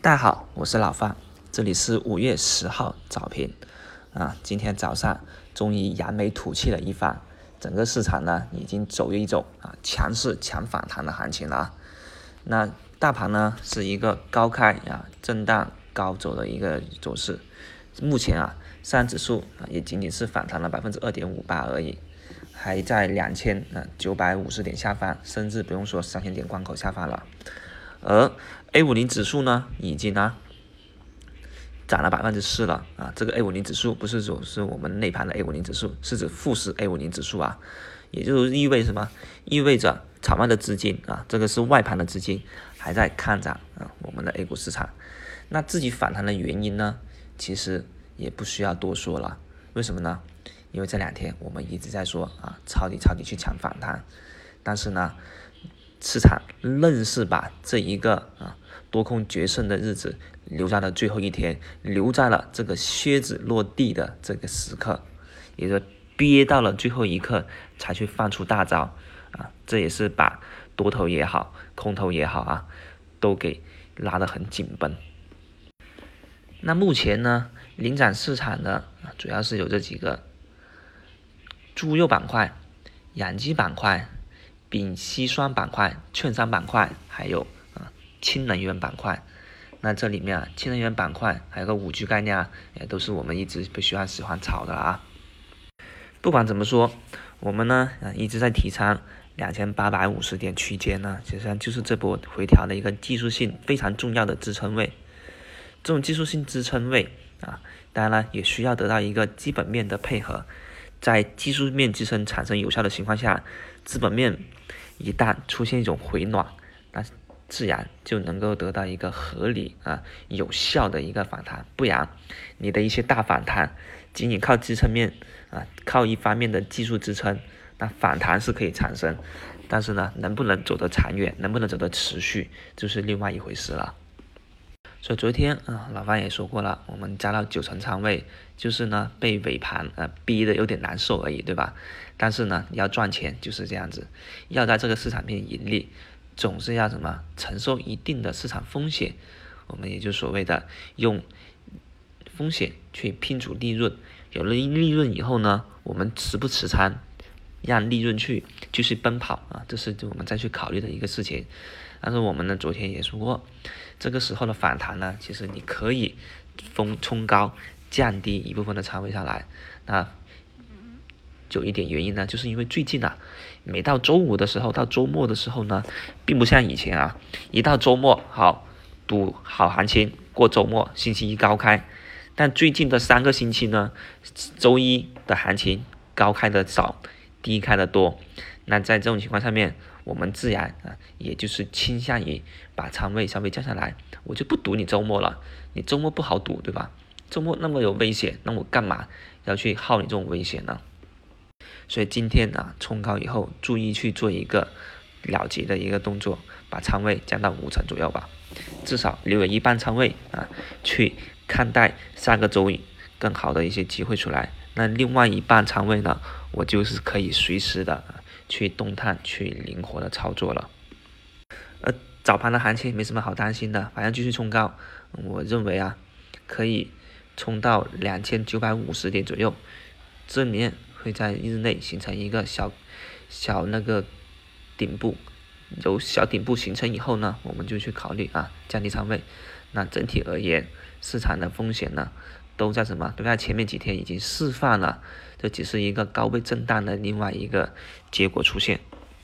大家好，我是老范，这里是5月10号早评今天早上终于扬眉吐气了一番，整个市场呢已经走一种强势强反弹的行情了那大盘呢是一个高开震荡高走的一个走势，目前上证指数也仅仅是反弹了 2.58% 而已，还在2950点下方，甚至不用说3000点关口下方了。而 A50 指数呢已经涨了 4% 了这个 A50 指数不是说是我们内盘的 A50 指数，是指富时 A50 指数也就是意味什么？意味着场外的资金这个是外盘的资金还在看涨我们的 A 股市场。那自己反弹的原因呢，其实也不需要多说了，为什么呢？因为这2天我们一直在说抄底去抢反弹，但是呢市场愣是把这一个多空决胜的日子留在了最后一天，留在了这个靴子落地的这个时刻，也就憋到了最后一刻才去放出大招这也是把多头也好空头也好都给拉得很紧绷。那目前呢领涨市场的主要是有这几个：猪肉板块、养鸡板块、丙烯酸板块、券商板块，还有氢能源板块。那这里面氢能源板块还有个5G 概念也都是我们一直不喜欢炒的不管怎么说，我们呢一直在提倡2850点区间呢，实际上就是这波回调的一个技术性非常重要的支撑位。这种技术性支撑位当然也需要得到一个基本面的配合，在技术面支撑产生有效的情况下，资本面一旦出现一种回暖，那自然就能够得到一个合理有效的一个反弹。不然你的一些大反弹仅仅靠支撑面靠一方面的技术支撑，那反弹是可以产生，但是呢能不能走得长远，能不能走得持续，就是另外一回事了。所以昨天老范也说过了，我们加到90%仓位，就是呢被尾盘逼得有点难受而已，对吧？但是呢要赚钱就是这样子，要在这个市场面盈利，总是要承受一定的市场风险，我们也就所谓的用风险去拼足利润。有了利润以后呢，我们持不持仓，让利润去继续奔跑这是我们再去考虑的一个事情。但是我们呢昨天也说过，这个时候的反弹呢，其实你可以冲高，降低一部分的仓位下来。那有一点原因呢，就是因为最近每到周五的时候，到周末的时候呢，并不像以前一到周末赌好行情，过周末星期一高开。但最近的3个星期呢，周一的行情高开的少，低开的多。那在这种情况下面，我们自然也就是倾向于把仓位稍微降下来，我就不赌你周末了，你周末不好赌，对吧？周末那么有危险，那我干嘛要去耗你这种危险呢？所以今天冲高以后，注意去做一个了结的一个动作，把仓位降到50%左右吧，至少留有一半仓位去看待下个周更好的一些机会出来。那另外一半仓位呢，我就是可以随时的去动态去灵活的操作了。早盘的行情没什么好担心的，反正继续冲高，我认为可以冲到2950点左右，这里面会在日内形成一个小那个顶部，由小顶部形成以后呢，我们就去考虑降低仓位。那整体而言，市场的风险呢都在都在前面几天已经释放了，这只是一个高位震荡的另外一个结果出现。